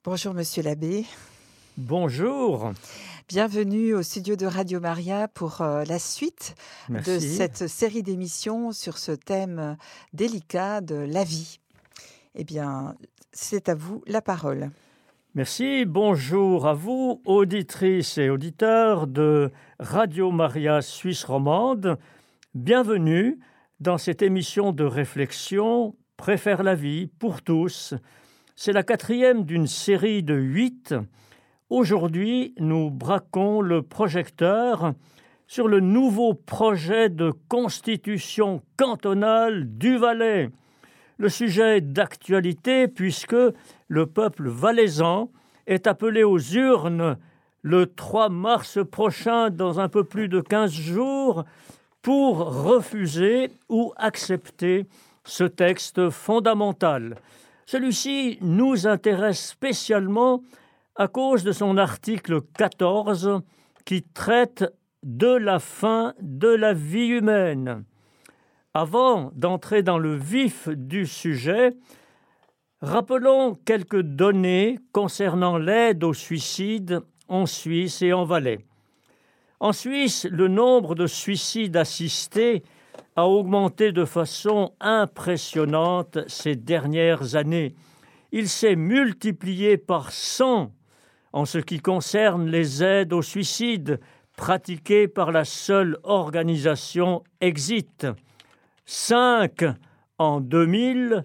Bonjour Monsieur l'abbé, Bonjour, bienvenue au studio de Radio Maria pour la suite de merci. cette série d'émissions sur ce thème délicat de la vie. Eh bien, c'est à vous la parole. Merci, bonjour à vous, auditrices et auditeurs de Radio Maria Suisse romande. Bienvenue dans cette émission de réflexion Préfère la vie pour tous. C'est la 4e d'une série de 8. Aujourd'hui, nous braquons le projecteur sur le nouveau projet de constitution cantonale du Valais. Le sujet d'actualité puisque le peuple valaisan est appelé aux urnes le 3 mars prochain, dans un peu plus de 15 jours, pour refuser ou accepter ce texte fondamental. Celui-ci nous intéresse spécialement à cause de son article 14 qui traite de la fin de la vie humaine. Avant d'entrer dans le vif du sujet, rappelons quelques données concernant l'aide au suicide en Suisse et en Valais. En Suisse, le nombre de suicides assistés a augmenté de façon impressionnante ces dernières années. Il s'est multiplié par 100 en ce qui concerne les aides au suicide pratiquées par la seule organisation Exit. 5 en 2000,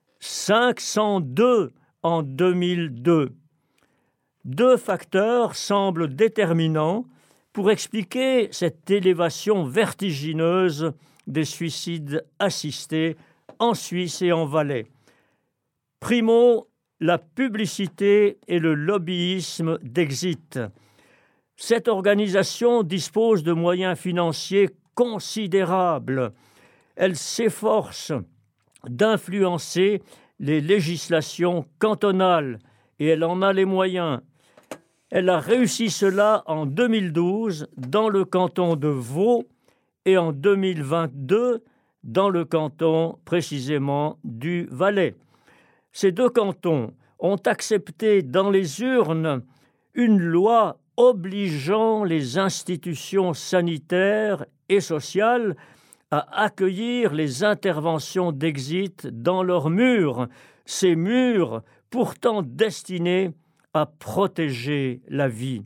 502 en 2002. Deux facteurs semblent déterminants pour expliquer cette élévation vertigineuse des suicides assistés en Suisse et en Valais. Primo, la publicité et le lobbyisme d'Exit. Cette organisation dispose de moyens financiers considérables. Elle s'efforce d'influencer les législations cantonales et elle en a les moyens. Elle a réussi cela en 2012 dans le canton de Vaud et en 2022 dans le canton précisément du Valais. Ces deux cantons ont accepté dans les urnes une loi obligeant les institutions sanitaires et sociales à accueillir les interventions d'Exit dans leurs murs, ces murs pourtant destinés à protéger la vie.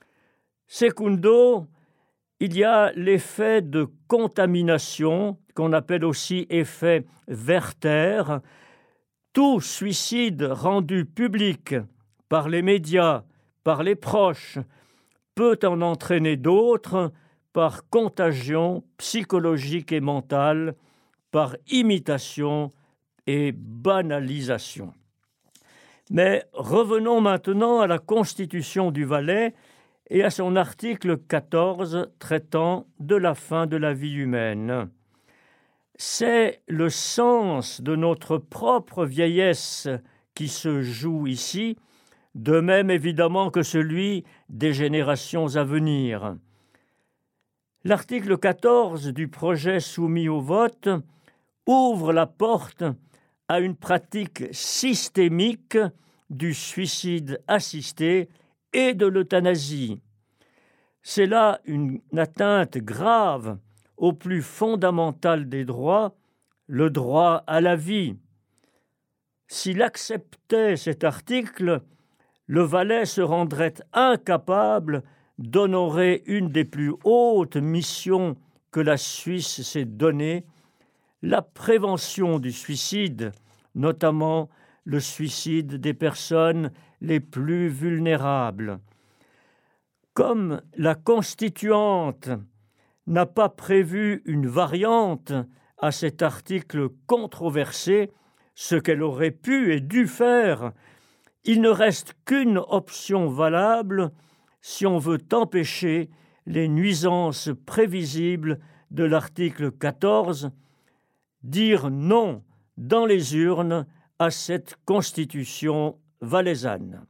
Secundo, il y a l'effet de contamination, qu'on appelle aussi effet Werther. Tout suicide rendu public par les médias, par les proches, peut en entraîner d'autres par contagion psychologique et mentale, par imitation et banalisation. Mais revenons maintenant à la Constitution du Valais et à son article 14 traitant de la fin de la vie humaine. C'est le sens de notre propre vieillesse qui se joue ici, de même évidemment que celui des générations à venir. L'article 14 du projet soumis au vote ouvre la porte à une pratique systémique du suicide assisté et de l'euthanasie. C'est là une atteinte grave au plus fondamental des droits, le droit à la vie. S'il acceptait cet article, le Valais se rendrait incapable d'honorer une des plus hautes missions que la Suisse s'est donnée, la prévention du suicide, notamment le suicide des personnes les plus vulnérables. Comme la Constituante n'a pas prévu une variante à cet article controversé, ce qu'elle aurait pu et dû faire, il ne reste qu'une option valable si on veut empêcher les nuisances prévisibles de l'article 14, dire non dans les urnes à cette constitution valaisanne.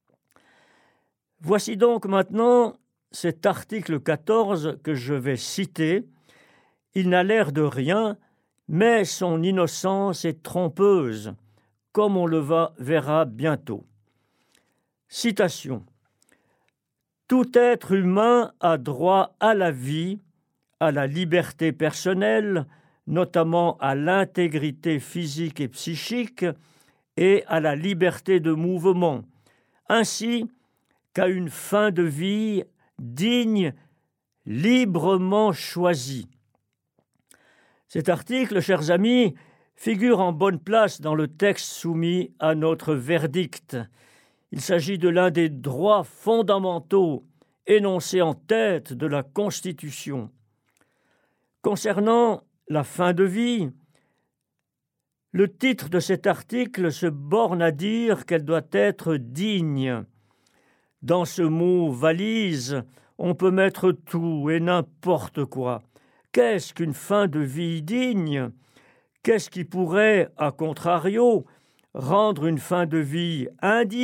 Voici donc maintenant cet article 14 que je vais citer. Il n'a l'air de rien, mais son innocence est trompeuse, comme on le verra bientôt. Citation. Tout être humain a droit à la vie, à la liberté personnelle, notamment à l'intégrité physique et psychique, et à la liberté de mouvement, ainsi qu'à une fin de vie digne, librement choisie. Cet article, chers amis, figure en bonne place dans le texte soumis à notre verdict. Il s'agit de l'un des droits fondamentaux énoncés en tête de la Constitution. Concernant la fin de vie, le titre de cet article se borne à dire qu'elle doit être digne. Dans ce mot valise, on peut mettre tout et n'importe quoi. Qu'est-ce qu'une fin de vie digne ? Qu'est-ce qui pourrait, à contrario, rendre une fin de vie indigne ?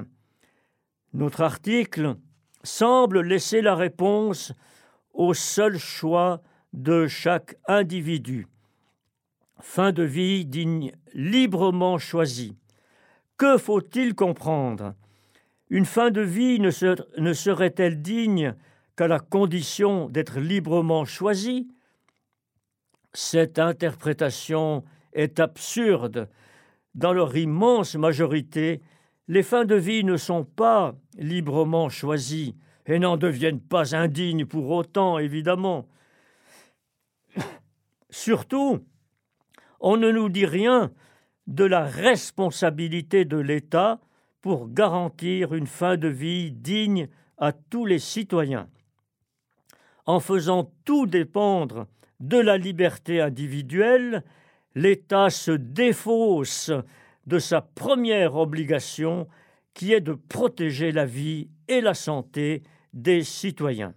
Notre article semble laisser la réponse au seul choix de chaque individu. Fin de vie digne, librement choisie. Que faut-il comprendre ? Une fin de vie ne serait-elle digne qu'à la condition d'être librement choisie ? Cette interprétation est absurde. Dans leur immense majorité, les fins de vie ne sont pas librement choisies et n'en deviennent pas indignes pour autant, évidemment. Surtout, on ne nous dit rien de la responsabilité de l'État pour garantir une fin de vie digne à tous les citoyens. En faisant tout dépendre de la liberté individuelle, l'État se défausse de sa première obligation qui est de protéger la vie et la santé des citoyens.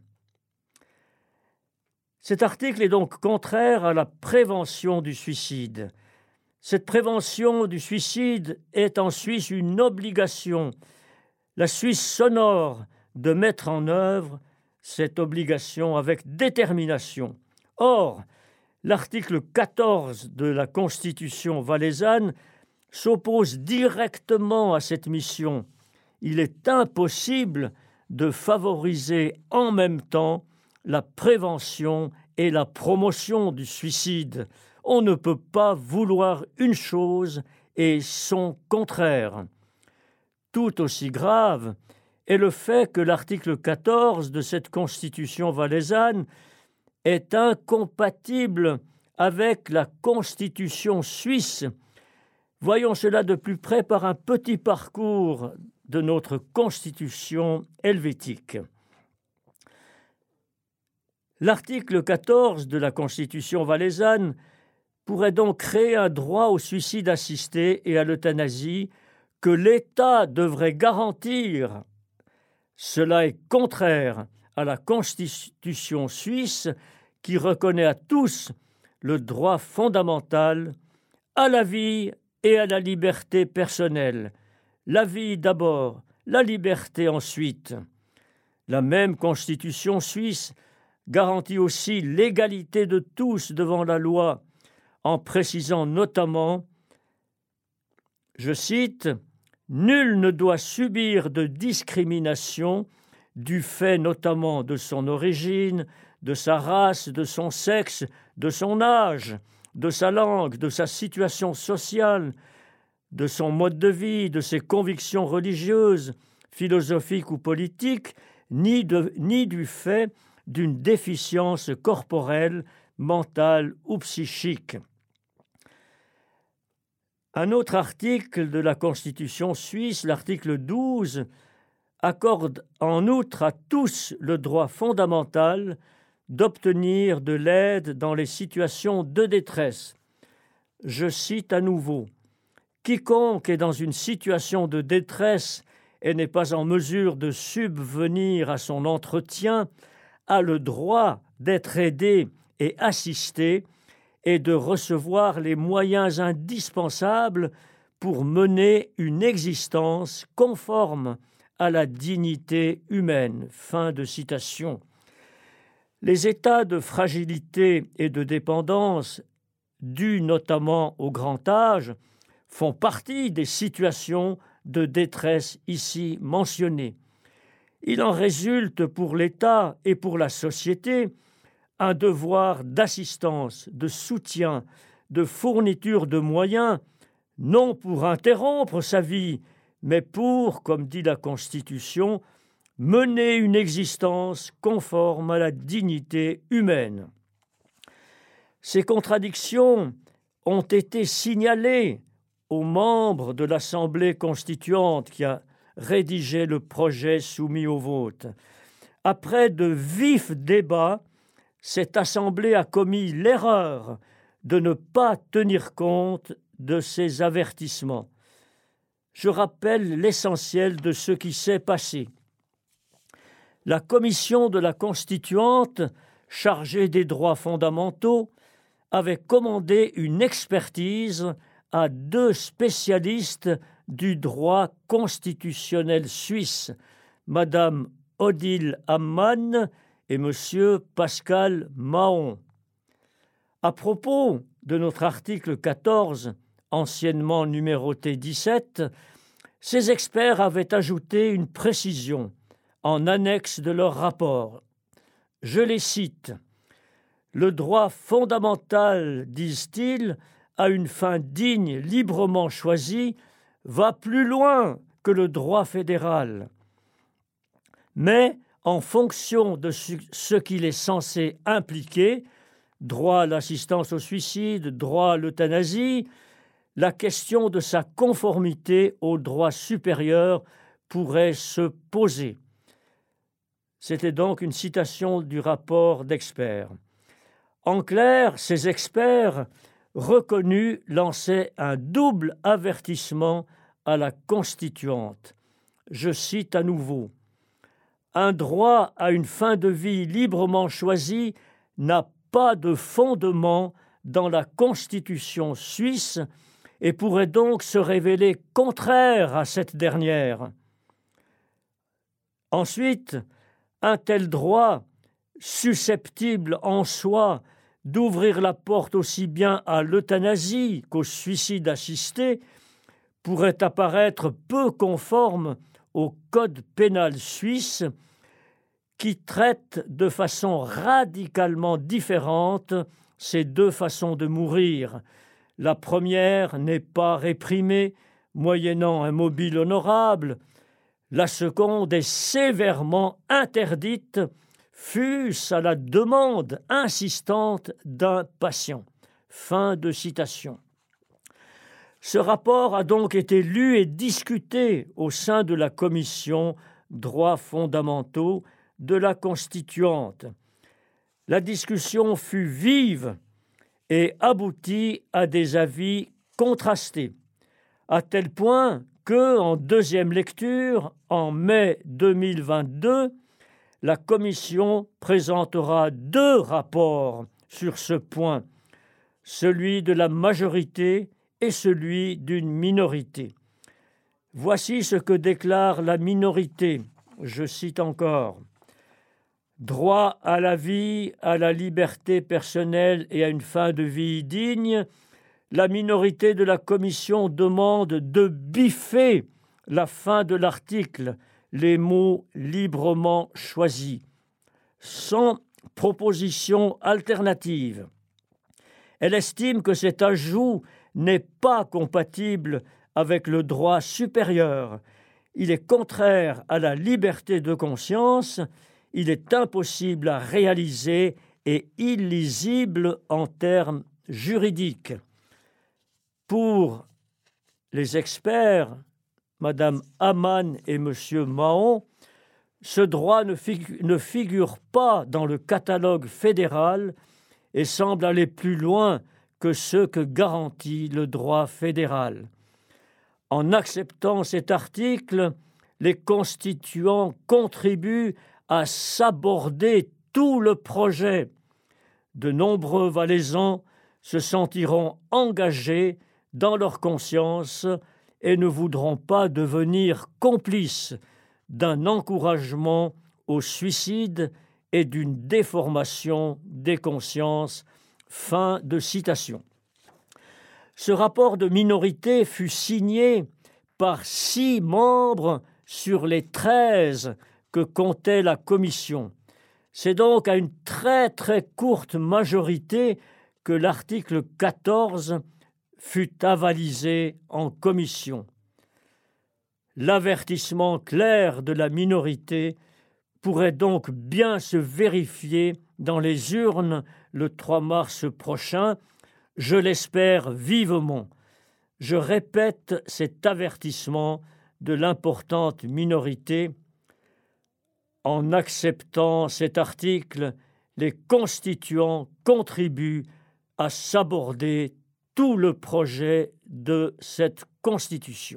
Cet article est donc contraire à la prévention du suicide. Cette prévention du suicide est en Suisse une obligation. La Suisse s'honore de mettre en œuvre cette obligation avec détermination. Or, l'article 14 de la Constitution valaisanne s'oppose directement à cette mission. Il est impossible de favoriser en même temps la prévention et la promotion du suicide. On ne peut pas vouloir une chose et son contraire. Tout aussi grave est le fait que l'article 14 de cette Constitution valaisanne est incompatible avec la Constitution suisse. Voyons cela de plus près par un petit parcours de notre Constitution helvétique. L'article 14 de la Constitution valaisanne pourrait donc créer un droit au suicide assisté et à l'euthanasie que l'État devrait garantir. Cela est contraire à la Constitution suisse qui reconnaît à tous le droit fondamental à la vie et à la liberté personnelle. La vie d'abord, la liberté ensuite. La même Constitution suisse garantit aussi l'égalité de tous devant la loi, en précisant notamment, je cite, « Nul ne doit subir de discrimination du fait notamment de son origine, de sa race, de son sexe, de son âge, de sa langue, de sa situation sociale, de son mode de vie, de ses convictions religieuses, philosophiques ou politiques, ni du fait d'une déficience corporelle, mentale ou psychique. » Un autre article de la Constitution suisse, l'article 12, accorde en outre à tous le droit fondamental d'obtenir de l'aide dans les situations de détresse. Je cite à nouveau, « Quiconque est dans une situation de détresse et n'est pas en mesure de subvenir à son entretien a le droit d'être aidé et assisté et de recevoir les moyens indispensables pour mener une existence conforme à la dignité humaine. » Fin de citation. Les états de fragilité et de dépendance, dus notamment au grand âge, font partie des situations de détresse ici mentionnés. Il en résulte pour l'État et pour la société un devoir d'assistance, de soutien, de fourniture de moyens, non pour interrompre sa vie, mais pour, comme dit la Constitution, mener une existence conforme à la dignité humaine. Ces contradictions ont été signalées aux membres de l'Assemblée constituante qui a rédigé le projet soumis au vote. Après de vifs débats, cette Assemblée a commis l'erreur de ne pas tenir compte de ces avertissements. Je rappelle l'essentiel de ce qui s'est passé. La commission de la Constituante, chargée des droits fondamentaux, avait commandé une expertise à 2 spécialistes du droit constitutionnel suisse, Madame Odile Ammann et Monsieur Pascal Mahon. À propos de notre article 14, anciennement numéroté 17, ces experts avaient ajouté une précision en annexe de leur rapport. Je les cite. « Le droit fondamental, disent-ils, à une fin digne, librement choisie, va plus loin que le droit fédéral. Mais, en fonction de ce qu'il est censé impliquer, droit à l'assistance au suicide, droit à l'euthanasie, la question de sa conformité au droit supérieur pourrait se poser. » C'était donc une citation du rapport d'experts. En clair, ces experts reconnus lançaient un double avertissement à la Constituante. Je cite à nouveau. « Un droit à une fin de vie librement choisie n'a pas de fondement dans la Constitution suisse et pourrait donc se révéler contraire à cette dernière. Ensuite, un tel droit, susceptible en soi d'ouvrir la porte aussi bien à l'euthanasie qu'au suicide assisté, pourrait apparaître peu conforme au code pénal suisse qui traite de façon radicalement différente ces 2 façons de mourir. La première n'est pas réprimée, moyennant un mobile honorable. La seconde est sévèrement interdite, fût-ce à la demande insistante d'un patient. » Fin de citation. Ce rapport a donc été lu et discuté au sein de la commission droits fondamentaux de la Constituante. La discussion fut vive et aboutit à des avis contrastés, à tel point que, en 2e lecture, en mai 2022, la Commission présentera 2 rapports sur ce point, celui de la majorité et celui d'une minorité. Voici ce que déclare la minorité, je cite encore. « Droit à la vie, à la liberté personnelle et à une fin de vie digne, la minorité de la Commission demande de biffer la fin de l'article, les mots « librement choisis », sans proposition alternative. Elle estime que cet ajout n'est pas compatible avec le droit supérieur. Il est contraire à la liberté de conscience, il est impossible à réaliser et illisible en termes juridiques. Pour les experts, Madame Ammann et Monsieur Mahon, ce droit ne figure pas dans le catalogue fédéral et semble aller plus loin que ce que garantit le droit fédéral. En acceptant cet article, les constituants contribuent à saborder tout le projet. De nombreux Valaisans se sentiront engagés dans leur conscience et ne voudront pas devenir complices d'un encouragement au suicide et d'une déformation des consciences. » Fin de citation. Ce rapport de minorité fut signé par 6 membres sur les 13 que comptait la commission. C'est donc à une très très courte majorité que l'article 14 fut avalisé en commission. L'avertissement clair de la minorité pourrait donc bien se vérifier dans les urnes le 3 mars prochain. Je l'espère vivement. Je répète cet avertissement de l'importante minorité. En acceptant cet article, les constituants contribuent à saborder tout le projet de cette Constitution.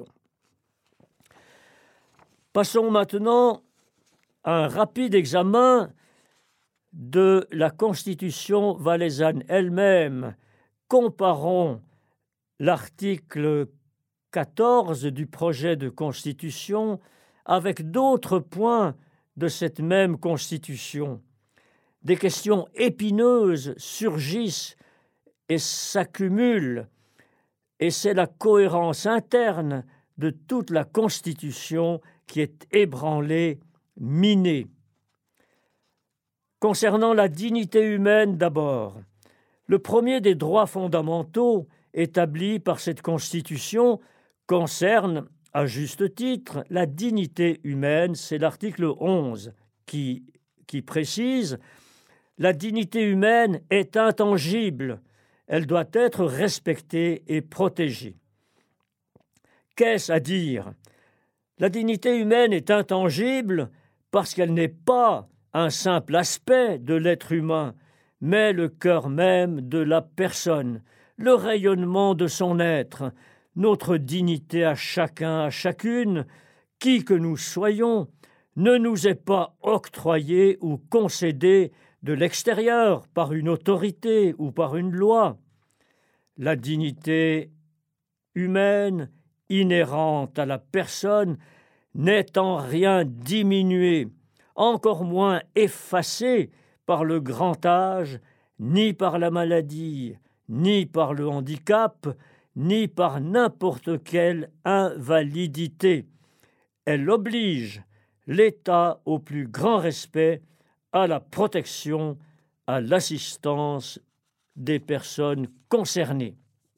Passons maintenant à un rapide examen de la Constitution valaisanne elle-même. Comparons l'article 14 du projet de Constitution avec d'autres points de cette même Constitution. Des questions épineuses surgissent et s'accumulent, et c'est la cohérence interne de toute la Constitution qui est ébranlée, minée. Concernant la dignité humaine d'abord, le premier des droits fondamentaux établis par cette Constitution concerne, à juste titre, la dignité humaine. C'est l'article 11 qui précise « La dignité humaine est intangible, elle doit être respectée et protégée ». Qu'est-ce à dire ? La dignité humaine est intangible parce qu'elle n'est pas un simple aspect de l'être humain, mais le cœur même de la personne, le rayonnement de son être, notre dignité à chacun, à chacune, qui que nous soyons, ne nous est pas octroyée ou concédée de l'extérieur par une autorité ou par une loi. La dignité humaine, inhérente à la personne, n'est en rien diminuée, encore moins effacée par le grand âge, ni par la maladie, ni par le handicap, ni par n'importe quelle invalidité. Elle oblige l'État au plus grand respect, à la protection, à l'assistance des personnes concernées.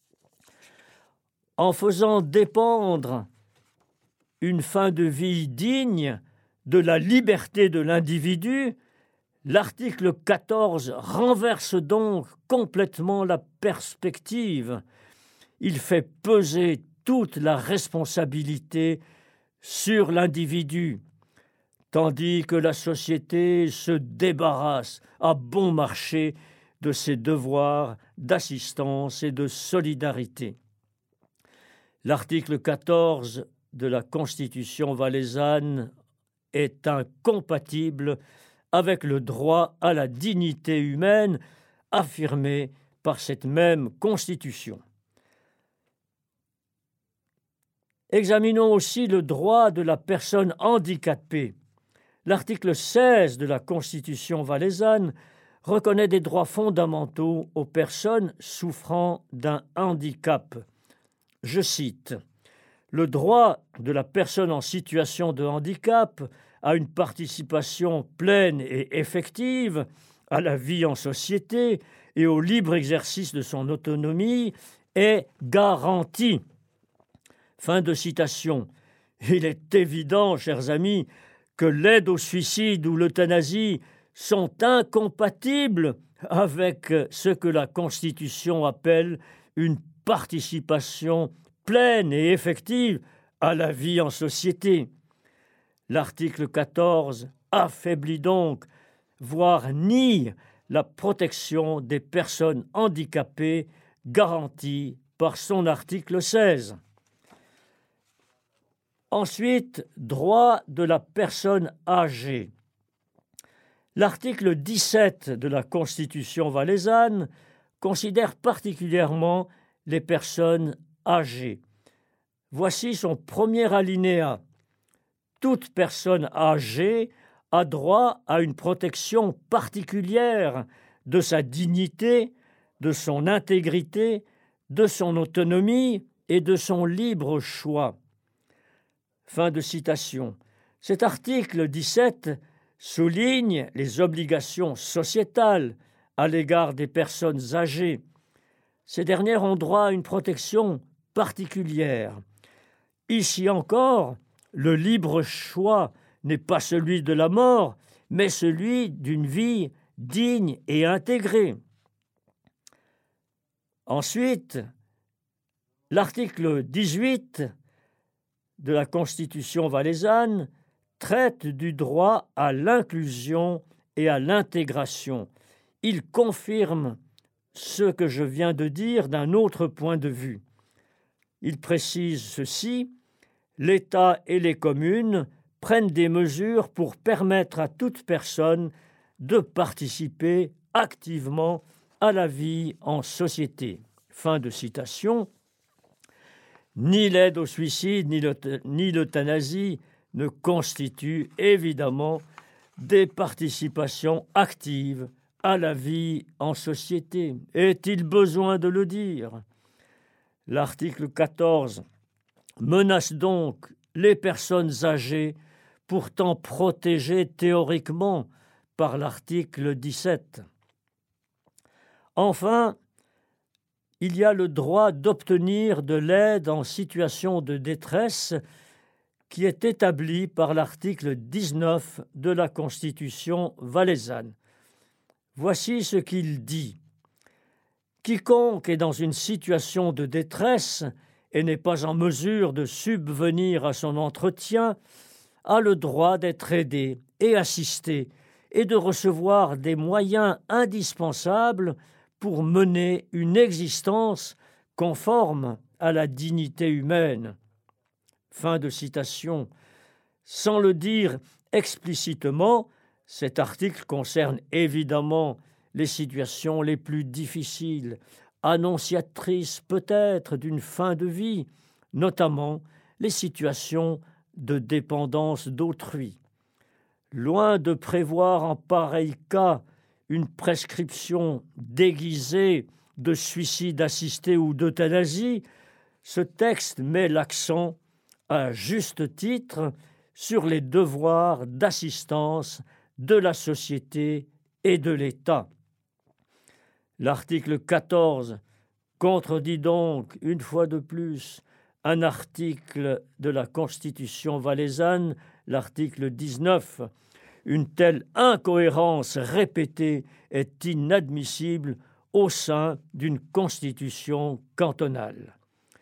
En faisant dépendre une fin de vie digne de la liberté de l'individu, l'article 14 renverse donc complètement la perspective. Il fait peser toute la responsabilité sur l'individu, tandis que la société se débarrasse à bon marché de ses devoirs d'assistance et de solidarité. L'article 14 de la Constitution valaisanne est incompatible avec le droit à la dignité humaine affirmé par cette même Constitution. Examinons aussi le droit de la personne handicapée. L'article 16 de la Constitution valaisanne reconnaît des droits fondamentaux aux personnes souffrant d'un handicap. Je cite « Le droit de la personne en situation de handicap à une participation pleine et effective à la vie en société et au libre exercice de son autonomie est garanti. » Fin de citation. Il est évident, chers amis, que l'aide au suicide ou l'euthanasie sont incompatibles avec ce que la Constitution appelle une participation pleine et effective à la vie en société. L'article 14 affaiblit donc, voire nie, la protection des personnes handicapées garantie par son article 16. Ensuite, droit de la personne âgée. L'article 17 de la Constitution valaisanne considère particulièrement les personnes âgées. Voici son premier alinéa. Toute personne âgée a droit à une protection particulière de sa dignité, de son intégrité, de son autonomie et de son libre choix. Fin de citation. Cet article 17 souligne les obligations sociétales à l'égard des personnes âgées. Ces dernières ont droit à une protection particulière. Ici encore, le libre choix n'est pas celui de la mort, mais celui d'une vie digne et intégrée. Ensuite, l'article 18 de la Constitution valaisanne traite du droit à l'inclusion et à l'intégration. Il confirme ce que je viens de dire d'un autre point de vue. Il précise ceci: l'État et les communes prennent des mesures pour permettre à toute personne de participer activement à la vie en société. Fin de citation. Ni l'aide au suicide, ni l'euthanasie ne constituent évidemment des participations actives à la vie en société. Est-il besoin de le dire? L'article 14 menace donc les personnes âgées, pourtant protégées théoriquement par l'article 17. Enfin, il y a le droit d'obtenir de l'aide en situation de détresse qui est établi par l'article 19 de la Constitution valaisanne. Voici ce qu'il dit. Quiconque est dans une situation de détresse et n'est pas en mesure de subvenir à son entretien a le droit d'être aidé et assisté et de recevoir des moyens indispensables pour mener une existence conforme à la dignité humaine. Fin de citation. Sans le dire explicitement, cet article concerne évidemment les situations les plus difficiles, annonciatrices peut-être d'une fin de vie, notamment les situations de dépendance d'autrui. Loin de prévoir en pareil cas une prescription déguisée de suicide assisté ou d'euthanasie, ce texte met l'accent, à juste titre, sur les devoirs d'assistance de la société et de l'État. L'article 14 contredit donc, une fois de plus, un article de la Constitution valaisanne, l'article 19. Une telle incohérence répétée est inadmissible au sein d'une constitution cantonale.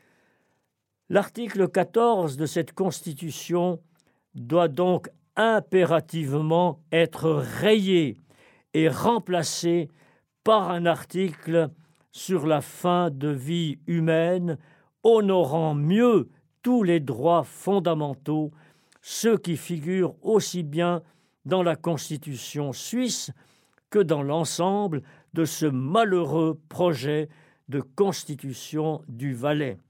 L'article 14 de cette constitution doit donc impérativement être rayé et remplacé par un article sur la fin de vie humaine, honorant mieux tous les droits fondamentaux, ceux qui figurent aussi bien dans la Constitution suisse que dans l'ensemble de ce malheureux projet de constitution du Valais.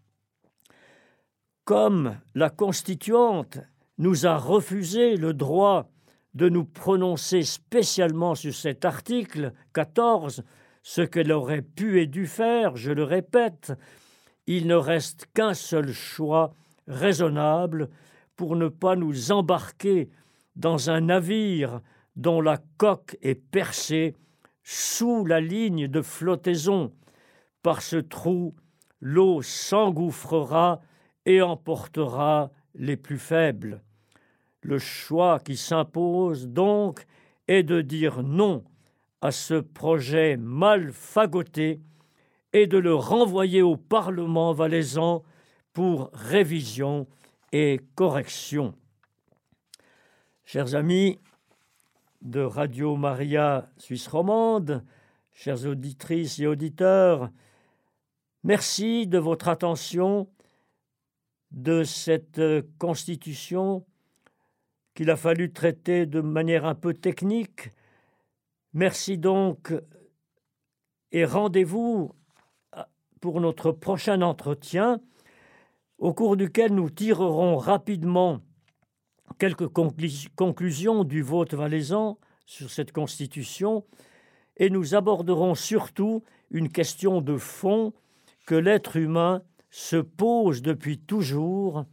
Comme la Constituante nous a refusé le droit de nous prononcer spécialement sur cet article 14, ce qu'elle aurait pu et dû faire, je le répète, il ne reste qu'un seul choix raisonnable pour ne pas nous embarquer dans un navire dont la coque est percée sous la ligne de flottaison. Par ce trou, l'eau s'engouffrera et emportera les plus faibles. Le choix qui s'impose donc est de dire non à ce projet mal fagoté et de le renvoyer au Parlement valaisan pour révision et correction. Chers amis de Radio Maria Suisse romande, chères auditrices et auditeurs, merci de votre attention de cette constitution qu'il a fallu traiter de manière un peu technique. Merci donc et rendez-vous pour notre prochain entretien au cours duquel nous tirerons rapidement quelques conclusions du vote valaisan sur cette constitution et nous aborderons surtout une question de fond que l'être humain se pose depuis toujours,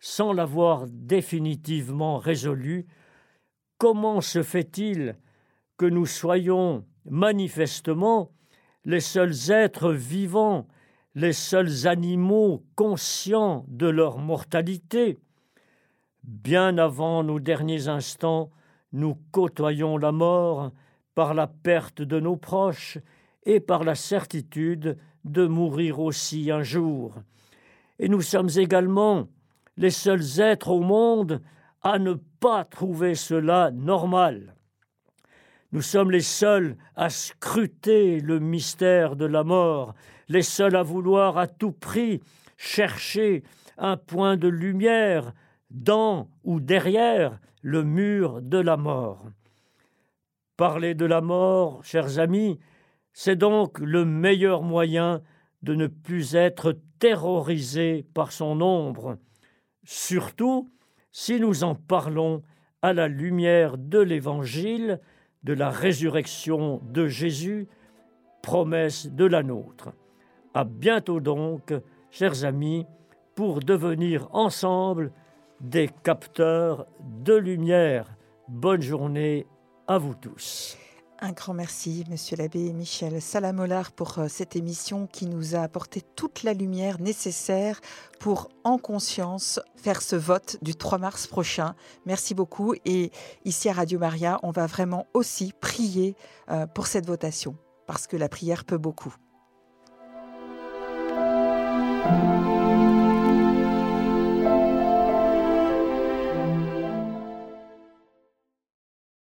sans l'avoir définitivement résolu, comment se fait-il que nous soyons manifestement les seuls êtres vivants, les seuls animaux conscients de leur mortalité? Bien avant nos derniers instants, nous côtoyons la mort par la perte de nos proches et par la certitude de mourir aussi un jour. Et nous sommes également les seuls êtres au monde à ne pas trouver cela normal. Nous sommes les seuls à scruter le mystère de la mort, les seuls à vouloir à tout prix chercher un point de lumière dans ou derrière le mur de la mort. Parler de la mort, chers amis, c'est donc le meilleur moyen de ne plus être terrorisé par son ombre, surtout si nous en parlons à la lumière de l'Évangile, de la résurrection de Jésus, promesse de la nôtre. À bientôt donc, chers amis, pour devenir ensemble des capteurs de lumière. Bonne journée à vous tous. Un grand merci, Monsieur l'abbé Michel Salamollard, pour cette émission qui nous a apporté toute la lumière nécessaire pour, en conscience, faire ce vote du 3 mars prochain. Merci beaucoup. Et ici à Radio Maria, on va vraiment aussi prier pour cette votation, parce que la prière peut beaucoup.